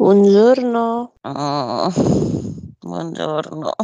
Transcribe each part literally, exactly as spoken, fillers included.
Buongiorno. Oh, buongiorno.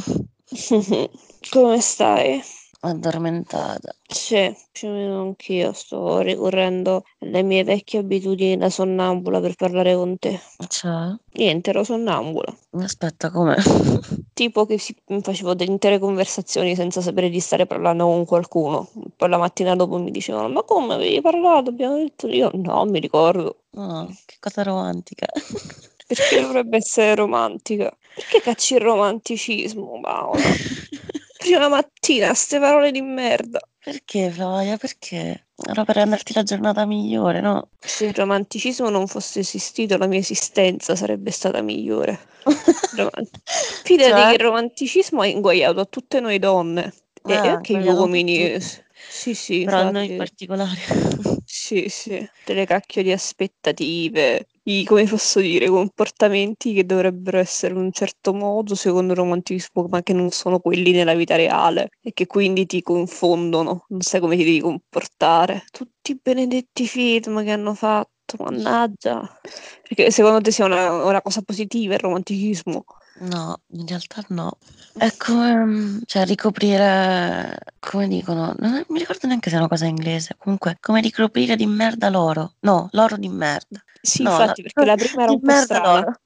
Come stai? Addormentata. Sì, più o meno anch'io sto ricorrendo alle mie vecchie abitudini da sonnambula per parlare con te. Cioè? Niente, ero sonnambula. Aspetta, come? Tipo che si- facevo delle intere conversazioni senza sapere di stare parlando con qualcuno. Poi la mattina dopo mi dicevano: Ma come avevi parlato? Abbiamo detto io. No, mi ricordo. Oh, che cosa romantica. Perché dovrebbe essere romantica? Perché cacci il romanticismo, Paola? Prima mattina, ste parole di merda. Perché, Flavia? Perché? Era per renderti la giornata migliore, no? Se il romanticismo non fosse esistito, la mia esistenza sarebbe stata migliore. Roman- Fidati che Cioè? il romanticismo ha inguaiato a tutte noi donne e e Ah, anche gli guardiamo un po' uomini. eh, tutti. s- Sì, sì, Però noi in infatti. particolare. Sì, sì. Delle cacchio di aspettative, i, come posso dire, comportamenti che dovrebbero essere in un certo modo secondo il romanticismo, ma che non sono quelli nella vita reale e che quindi ti confondono, non sai come ti devi comportare. Tutti i benedetti film che hanno fatto, mannaggia. Perché secondo te sia una, una cosa positiva il romanticismo? No, in realtà no. È come, cioè, ricoprire, come dicono, non mi ricordo neanche se è una cosa inglese, comunque, come ricoprire di merda l'oro. No, l'oro di merda. Sì, No, la- infatti, perché la prima era di un po' merda strana. l'oro.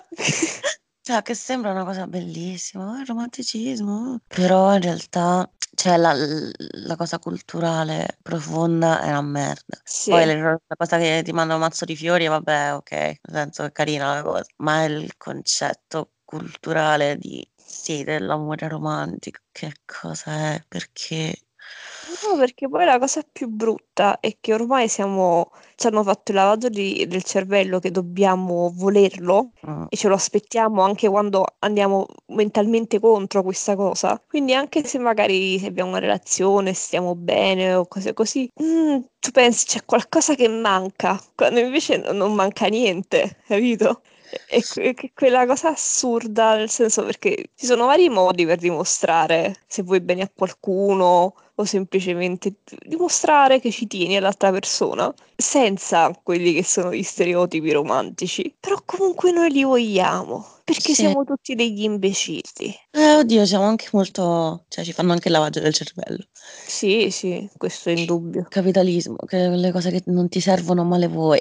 Cioè, che sembra una cosa bellissima, oh, il romanticismo. Però in realtà, cioè, la, la cosa culturale profonda è una merda. Poi Sì. le- la cosa che ti manda un mazzo di fiori, vabbè, ok, nel senso è carina la cosa, ma il concetto culturale di sì, dell'amore romantico, che cosa è? Perché? No, perché poi la cosa più brutta è che ormai siamo, ci hanno fatto il lavaggio di- del cervello che dobbiamo volerlo Mm, e ce lo aspettiamo anche quando andiamo mentalmente contro questa cosa. Quindi anche se magari se abbiamo una relazione, stiamo bene o cose così, mm, tu pensi c'è qualcosa che manca, quando invece no- non manca niente, capito? E que- che quella cosa assurda, nel senso perché ci sono vari modi per dimostrare se vuoi bene a qualcuno o semplicemente dimostrare che ci tieni all'altra persona, senza quelli che sono gli stereotipi romantici. Però comunque noi li vogliamo, perché sì. siamo tutti degli imbecilli. Eh, oddio, siamo anche molto, cioè ci fanno anche il lavaggio del cervello. Sì, sì, questo è indubbio. Capitalismo, che le cose che non ti servono ma le vuoi.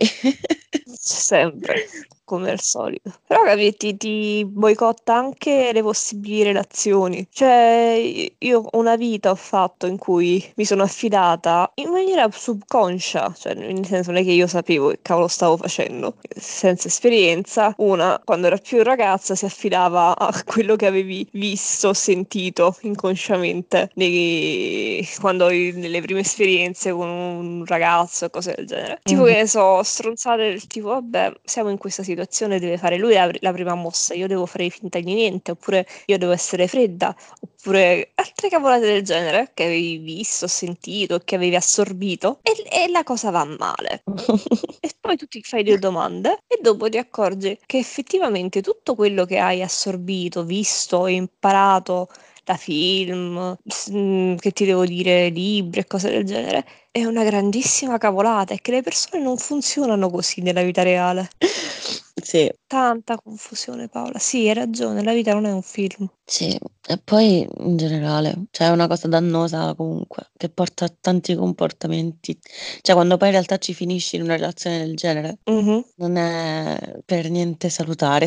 Sempre, come al solito. Però capiti, ti boicotta anche le possibili relazioni. Cioè, io una vita ho fatto in cui mi sono affidata in maniera subconscia, cioè nel senso non è che io sapevo che cavolo stavo facendo, senza esperienza. Una, quando era più ragazza, si affidava a quello che avevi visto, sentito inconsciamente nei- quando nelle prime esperienze con un ragazzo e cose del genere. Tipo Mhm. che ne so, stronzate del tipo, vabbè, siamo in questa situazione, deve fare lui la, la prima mossa, io devo fare finta di niente, oppure io devo essere fredda, oppure altre cavolate del genere che avevi visto, sentito, che avevi assorbito e, e la cosa va male. E poi tu ti fai due domande e dopo ti accorgi che effettivamente tutto quello che hai assorbito, visto e imparato da film, s- mm, che ti devo dire, libri e cose del genere, è una grandissima cavolata e che le persone non funzionano così nella vita reale. Sì, Tanta confusione, Paola. Sì, hai ragione, la vita non è un film. sì, e poi in generale, cioè è una cosa dannosa comunque, che porta a tanti comportamenti, cioè quando poi in realtà ci finisci in una relazione del genere, Mhm. non è per niente salutare.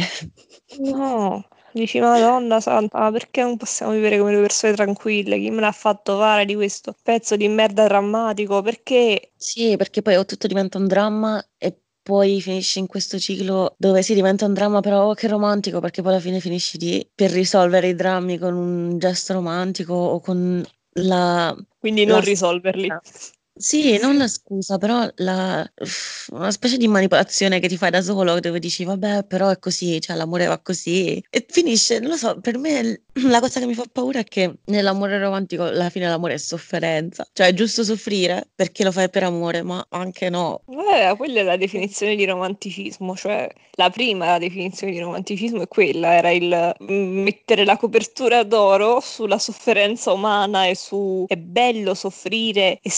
No, dici Madonna Santa, ma perché non possiamo vivere come due persone tranquille? Chi me l'ha fatto fare di questo pezzo di merda drammatico? Perché? Sì, perché poi o tutto diventa un dramma e poi finisci in questo ciclo dove si diventa un dramma, però oh, che romantico, perché poi alla fine finisci di, per risolvere i drammi con un gesto romantico o con la, Quindi non la risolverli. scusa. Sì, non la scusa, però la, uff, una specie di manipolazione che ti fai da solo, dove dici, vabbè, però è così, cioè l'amore va così. E finisce, non lo so, per me l- la cosa che mi fa paura è che nell'amore romantico alla fine l'amore è sofferenza. Cioè è giusto soffrire perché lo fai per amore, ma anche no. Eh, quella è la definizione di romanticismo, cioè la prima definizione di romanticismo è quella, era il mm, mettere la copertura d'oro sulla sofferenza umana e su è bello soffrire e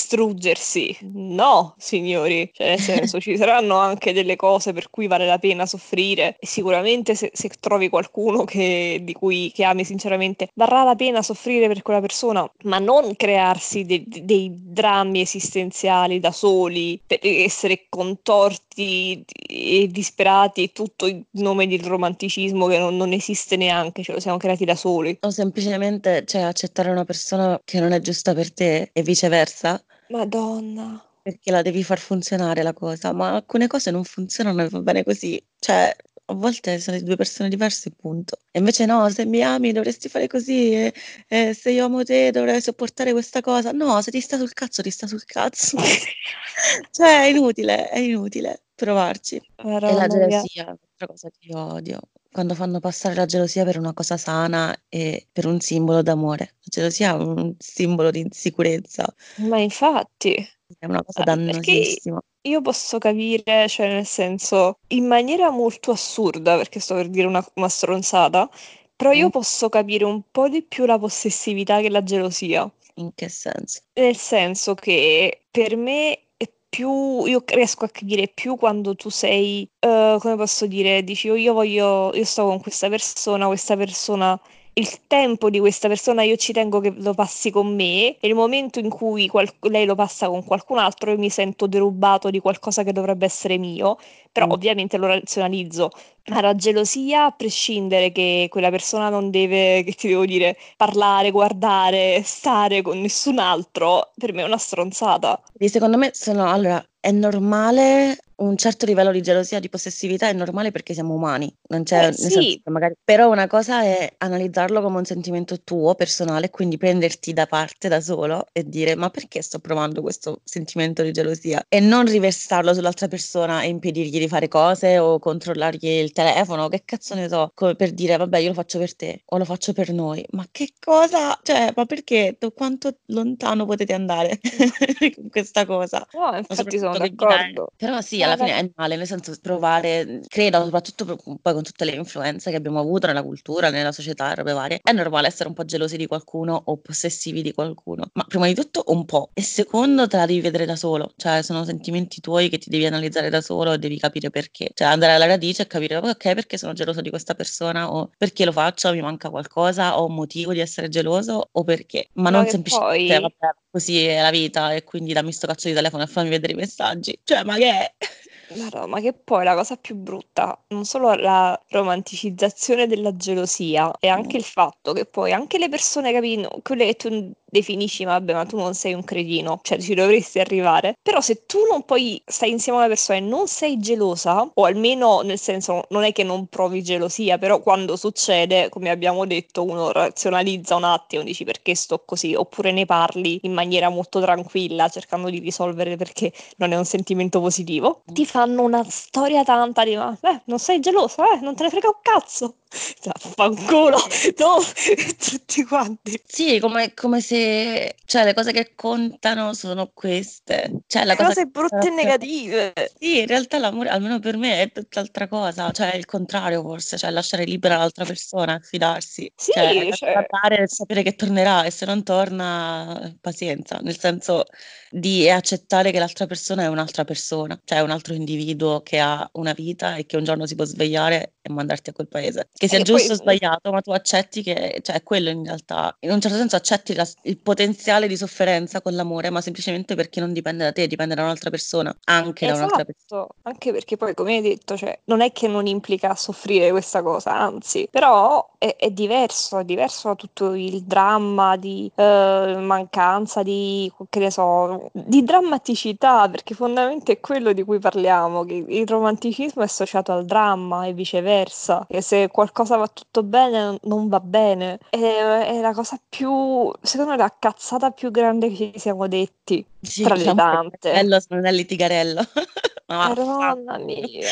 proteggersi. No, signori, cioè nel senso ci saranno anche delle cose per cui vale la pena soffrire e sicuramente se, se trovi qualcuno che, di cui che ami sinceramente varrà la pena soffrire per quella persona, ma non crearsi de- de- dei drammi esistenziali da soli per essere contorti e disperati, tutto in nome del romanticismo che non, non esiste neanche, ce lo siamo creati da soli. O semplicemente, cioè, accettare una persona che non è giusta per te e viceversa, Madonna. perché la devi far funzionare la cosa, ma alcune cose non funzionano e va bene così. Cioè, a volte sono due persone diverse, punto. E invece no, se mi ami dovresti fare così, e, e se io amo te dovrei sopportare questa cosa. No, se ti sta sul cazzo, ti sta sul cazzo. Cioè, è inutile, è inutile provarci. E la Madonna mia. gelosia, è un'altra cosa che io odio. Quando fanno passare la gelosia per una cosa sana e per un simbolo d'amore. La gelosia è un simbolo di insicurezza, Ma infatti, è una cosa eh, perché dannosissima. io posso capire, cioè nel senso, in maniera molto assurda, perché sto per dire una, una stronzata, però io Mm? posso capire un po' di più la possessività che la gelosia. In che senso? Nel senso che per me è più, io riesco a capire più quando tu sei, eh, come posso dire, dici "Oh, io voglio, io sto con questa persona, questa persona, il tempo di questa persona io ci tengo che lo passi con me e il momento in cui qual- lei lo passa con qualcun altro io mi sento derubato di qualcosa che dovrebbe essere mio, però Mm. ovviamente lo razionalizzo. Ma la gelosia, a prescindere che quella persona non deve, che ti devo dire, parlare, guardare, stare con nessun altro, per me è una stronzata. Quindi secondo me sono, allora, è normale un certo livello di gelosia, di possessività, è normale perché siamo umani, non c'è, Eh nel senso sì, che magari, però una cosa è analizzarlo come un sentimento tuo, personale, quindi prenderti da parte da solo e dire ma perché sto provando questo sentimento di gelosia e non riversarlo sull'altra persona e impedirgli di fare cose o controllargli il telefono, che cazzo ne so, come per dire vabbè io lo faccio per te o lo faccio per noi, ma che cosa? Cioè, ma perché? Da quanto lontano potete andare con questa cosa? no, Ma infatti sono soprattutto che viene... d'accordo. Però sì, alla fine Magari- è male, nel senso provare, credo, soprattutto per- poi con tutte le influenze che abbiamo avuto nella cultura, nella società, robe varie, è normale essere un po' gelosi di qualcuno o possessivi di qualcuno, ma prima di tutto un po', e secondo te la devi vedere da solo, cioè sono sentimenti tuoi che ti devi analizzare da solo e devi capire perché, cioè andare alla radice e capire, ok, perché sono geloso di questa persona o perché lo faccio, mi manca qualcosa, ho un motivo di essere geloso o perché, ma Ma non che semplicemente, poi vabbè, così è la vita e quindi dammi sto cazzo di telefono e fammi vedere i messaggi. Cioè, ma che è? Madò, ma che poi la cosa più brutta, non solo la romanticizzazione della gelosia, è anche il fatto che poi anche le persone, capi, no, quelle che tu definisci, "Ma vabbè, ma tu non sei un cretino, cioè ci dovresti arrivare, però se tu non poi stai insieme a una persona e non sei gelosa, o almeno nel senso non è che non provi gelosia, però quando succede, come abbiamo detto, uno razionalizza un attimo, dici perché sto così, oppure ne parli in maniera molto tranquilla, cercando di risolvere perché non è un sentimento positivo, ti fanno una storia tanta di ma eh, non sei gelosa, eh, non te ne frega un cazzo. Cioè, fanculo, no, tutti quanti. Sì, come, come se, cioè, le cose che contano sono queste. Cioè, la cosa che Cose brutte e negative. sì, in realtà l'amore, almeno per me, è tutt'altra cosa, cioè è il contrario forse, cioè lasciare libera l'altra persona, affidarsi, cioè Sì, lasciarla cioè, andare e sapere che tornerà e se non torna, pazienza, nel senso di accettare che l'altra persona è un'altra persona, cioè è un altro individuo che ha una vita e che un giorno si può svegliare e mandarti a quel paese. Che è sia che poi giusto o sbagliato, ma tu accetti che, cioè è quello in realtà, in un certo senso accetti la- il potenziale di sofferenza con l'amore, ma semplicemente perché non dipende da te, dipende da un'altra persona, anche da un'altra persona. esatto, anche perché poi, come hai detto, cioè, non è che non implica soffrire questa cosa, anzi, però è, è diverso, è diverso da tutto il dramma di eh, mancanza di, che ne so, di drammaticità, perché fondamentalmente è quello di cui parliamo, che il romanticismo è associato al dramma e viceversa, che se qualcosa va tutto bene non va bene, è, è la cosa più, secondo me, la cazzata più grande che ci siamo detti, Sì, tra che le l'amore è tante. bello se non è litigarello. Ma Madonna vaffanculo. mia.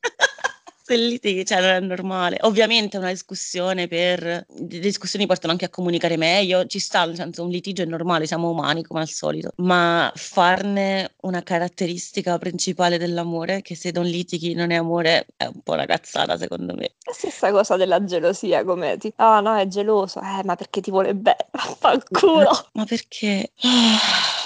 Se litighi, cioè non è normale. Ovviamente una discussione per... Le discussioni portano anche a comunicare meglio, ci sta, nel senso un litigio è normale, siamo umani come al solito, ma farne una caratteristica principale dell'amore, che se non litighi non è amore, è un po' una cazzata secondo me. La stessa cosa della gelosia, come ti... Ah, no, è geloso. Eh, ma perché ti vuole bene? Sì, Ma Vaffanculo. ma perché? Ah.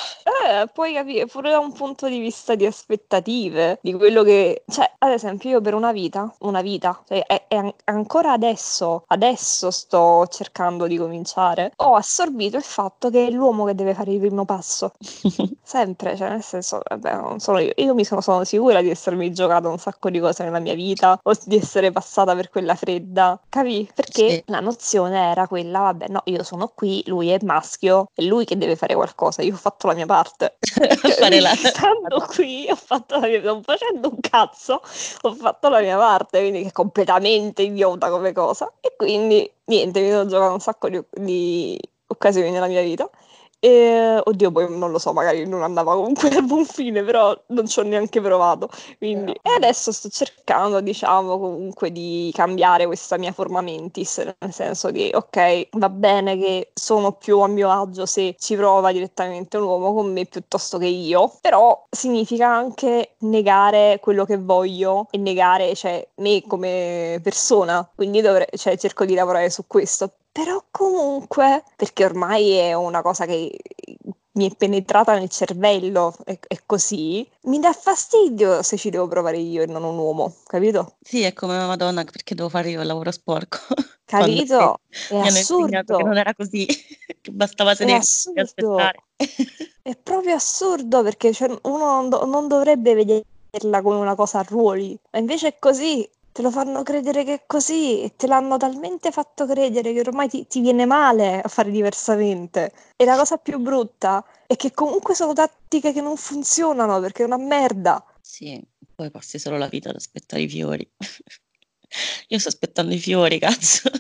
Eh, puoi capire pure da un punto di vista di aspettative, di quello che, cioè, ad esempio, io per una vita, una vita, cioè, è, è an- ancora adesso, adesso sto cercando di cominciare, ho assorbito il fatto che è l'uomo che deve fare il primo passo. Sempre, cioè, nel senso, vabbè, non solo io, io mi sono, sono sicura di essermi giocata un sacco di cose nella mia vita, o di essere passata per quella fredda, capì? Perché Sì. la nozione era quella, vabbè, no, io sono qui, lui è maschio, è lui che deve fare qualcosa, io ho fatto la mia parte. Fare Quindi, la... stando qui, ho fatto la mia, non facendo un cazzo, ho fatto la mia parte, quindi che è completamente idiota come cosa. E quindi, niente, mi sono giocata un sacco di, di occasioni nella mia vita. E, oddio, poi non lo so, magari non andava comunque a buon fine, però non ci ho neanche provato. Quindi, e adesso sto cercando, diciamo, comunque di cambiare questa mia forma mentis, nel senso che, ok, va bene che sono più a mio agio se ci prova direttamente un uomo con me piuttosto che io, però significa anche negare quello che voglio e negare, cioè, me come persona. Quindi dovrei, cioè, cerco di lavorare su questo. Però comunque, perché ormai è una cosa che mi è penetrata nel cervello, è, è così, mi dà fastidio se ci devo provare io e non un uomo, capito? Sì, è come Madonna, perché devo fare io il lavoro sporco? Quando mi Capito? È mi hanno insegnato che non assurdo, era così, che bastava è sedersi e assurdo, aspettare. è proprio assurdo perché cioè, uno non, do- non dovrebbe vederla come una cosa a ruoli, ma invece è così. Te lo fanno credere che è così e te l'hanno talmente fatto credere che ormai ti, ti viene male a fare diversamente. E la cosa più brutta è che comunque sono tattiche che non funzionano perché è una merda. Sì, poi passi solo la vita ad aspettare i fiori. Io sto aspettando i fiori, cazzo.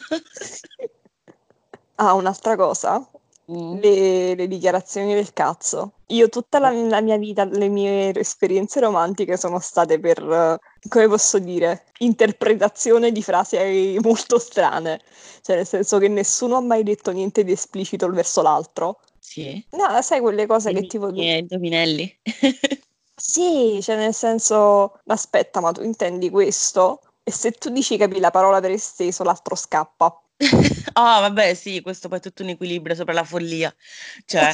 Ah, un'altra cosa, Mm. le, le dichiarazioni del cazzo. Io tutta la, la mia vita, le mie esperienze romantiche sono state per, eh, come posso dire, interpretazione di frasi molto strane. Cioè, nel senso che nessuno ha mai detto niente di esplicito verso l'altro. Sì, No, sai quelle cose che enigmi tipo... e indovinelli. Sì, cioè nel senso, aspetta, ma tu intendi questo? E se tu dici capi la parola per esteso, l'altro scappa. Ah, vabbè, sì, questo poi è tutto un equilibrio sopra la follia. Cioè,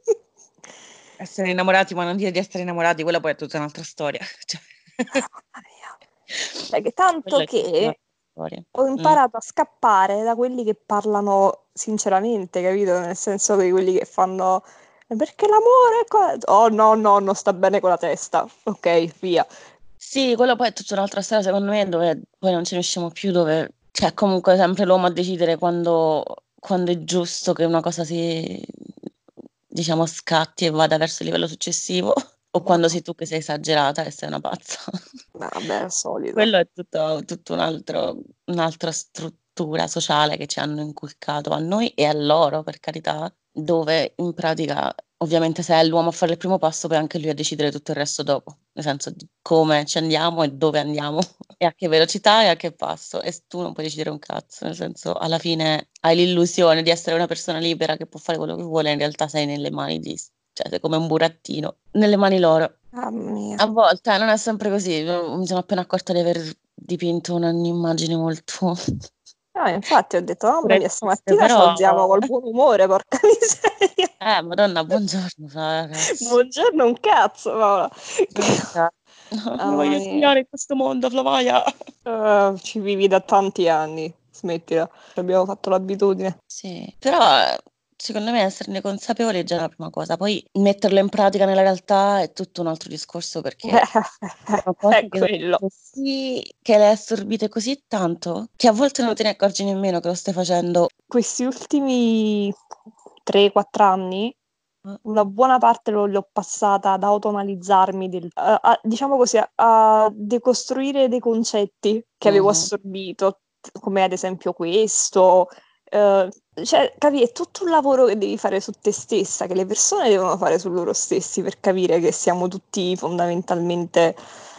essere innamorati, ma non dire di essere innamorati, quella poi è tutta un'altra storia. Cioè, Mamma mia. Cioè, che quella tanto è tutta che un'altra storia. ho Mm. imparato a scappare da quelli che parlano sinceramente, capito? Nel senso che quelli che fanno "Eh, perché l'amore è qua-" Oh no, no, non sta bene con la testa. Ok, via. Sì, quello poi è tutta un'altra storia, secondo me, dove poi non ce ne usciamo più, dove c'è comunque sempre l'uomo a decidere quando, quando è giusto che una cosa si, diciamo, scatti e vada verso il livello successivo, o quando sei tu che sei esagerata e sei una pazza. Vabbè, al solito. Quello è tutto, tutto un altro, un'altra struttura sociale che ci hanno inculcato a noi e a loro, per carità, dove in pratica, ovviamente, se è l'uomo a fare il primo passo, poi anche lui a decidere tutto il resto dopo, nel senso di come ci andiamo e dove andiamo, e a che velocità e a che passo. E tu non puoi decidere un cazzo, nel senso, alla fine hai l'illusione di essere una persona libera che può fare quello che vuole, in realtà sei nelle mani di, cioè sei come un burattino, nelle mani loro. Mamma mia. A volte, eh, non è sempre così. Io mi sono appena accorta di aver dipinto una- un'immagine molto Ah, infatti ho detto, mamma mia, triste, stamattina ci però... alziamo col buon umore, porca miseria. Eh, Madonna, buongiorno, ragazzi. Buongiorno un cazzo, Paola. Non sa. Non Mamma voglio mia. sognare in questo mondo, Flavaia. Eh, ci vivi da tanti anni, smettila, ci abbiamo fatto l'abitudine. Sì, però eh, secondo me esserne consapevoli è già la prima cosa. Poi metterlo in pratica nella realtà è tutto un altro discorso perché sono È cose che sono quello. così, che le hai assorbite così tanto che a volte non te ne accorgi nemmeno che lo stai facendo. Questi ultimi tre quattro anni, Eh, una buona parte lo- l'ho passata ad autoanalizzarmi, del- a- a- diciamo così, a, a decostruire dei concetti che avevo mhm. assorbito, come ad esempio questo. eh, cioè, capi, è tutto un lavoro che devi fare su te stessa, che le persone devono fare su loro stessi per capire che siamo tutti fondamentalmente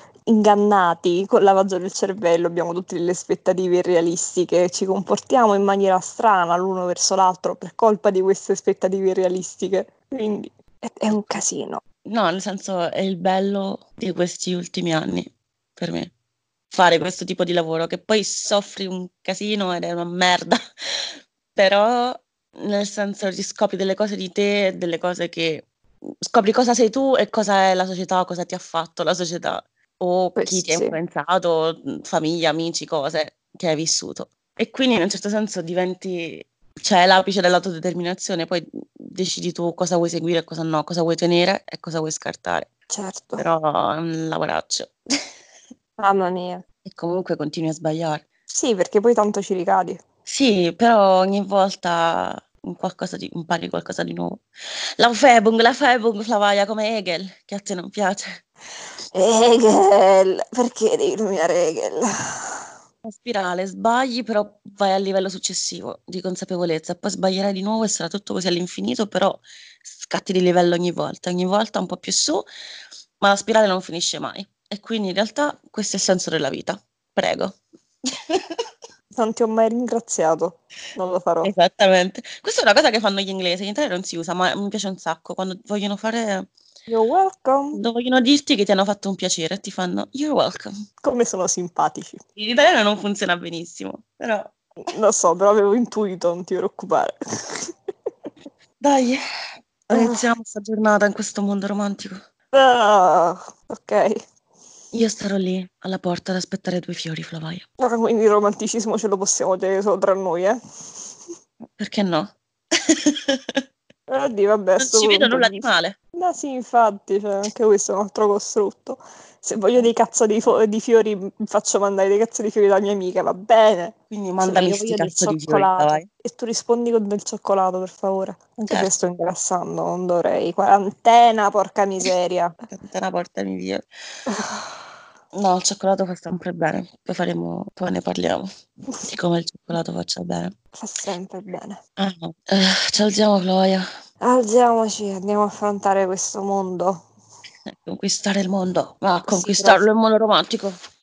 ingannati col lavaggio del cervello, abbiamo tutte delle aspettative irrealistiche, ci comportiamo in maniera strana l'uno verso l'altro per colpa di queste aspettative irrealistiche. Quindi è, è un casino. No, nel senso è il bello di questi ultimi anni per me. Fare questo tipo di lavoro che poi soffri un casino ed è una merda, però nel senso riscopri delle cose di te, delle cose che scopri cosa sei tu e cosa è la società, cosa ti ha fatto la società o chi ti ha Questo sì. influenzato, mhmm, famiglia, amici, cose che hai vissuto. E quindi in un certo senso diventi cioè l'apice dell'autodeterminazione, poi, mhmm, decidi tu cosa vuoi seguire e cosa no, cosa vuoi tenere e cosa vuoi scartare. Certo. Però è un lavoraccio. Mamma mia. E comunque continui a sbagliare. Sì, perché poi tanto ci ricadi. Sì, però ogni volta un qualcosa di impari qualcosa di nuovo. L'aufebung, l'Aufhebung, Flavaia, come Hegel, che a te non piace. Hegel, perché devi nominare Hegel? A spirale, sbagli, però vai al livello successivo di consapevolezza, poi sbaglierai di nuovo e sarà tutto così all'infinito, però scatti di livello ogni volta, ogni volta un po' più su, ma la spirale non finisce mai. E quindi in realtà questo è il senso della vita. Prego. Non ti ho mai ringraziato, non lo farò. Esattamente. Questa è una cosa che fanno gli inglesi, in Italia non si usa, ma mi piace un sacco quando vogliono fare You're welcome. quando vogliono dirti che ti hanno fatto un piacere e ti fanno "You're welcome". Come sono simpatici. In italiano non funziona benissimo, però Lo so, però avevo intuito, non ti preoccupare. dai, Ah, iniziamo 'sta giornata in questo mondo romantico. ah, ok. Io starò lì alla porta ad aspettare i tuoi fiori, Flavaia. Ah, quindi il romanticismo ce lo possiamo tenere solo tra noi, eh? Perché no? Eh, Oddio, vabbè, a Non sto ci vedo punto. nulla di male. Ma sì, infatti, cioè, anche questo è un altro costrutto. Se voglio dei cazzo di, fo- di fiori, mi faccio mandare dei cazzo di fiori da mia amica, va bene. Quindi Se mandami io 'sti voglio del cazzo di fiori, cioccolato. Flavaia. E tu rispondi con del cioccolato, per favore. Anche se sto Certo. ingrassando, non dovrei. Quarantena, porca miseria. Tantana portami via. No, il cioccolato fa sempre bene, poi faremo poi ne parliamo di come il cioccolato faccia bene. Fa sempre bene. Ah, no. Eh, ci alziamo, Chloe, Alziamoci, andiamo a affrontare questo mondo. a conquistare il mondo, a Sì, però conquistarlo in modo romantico.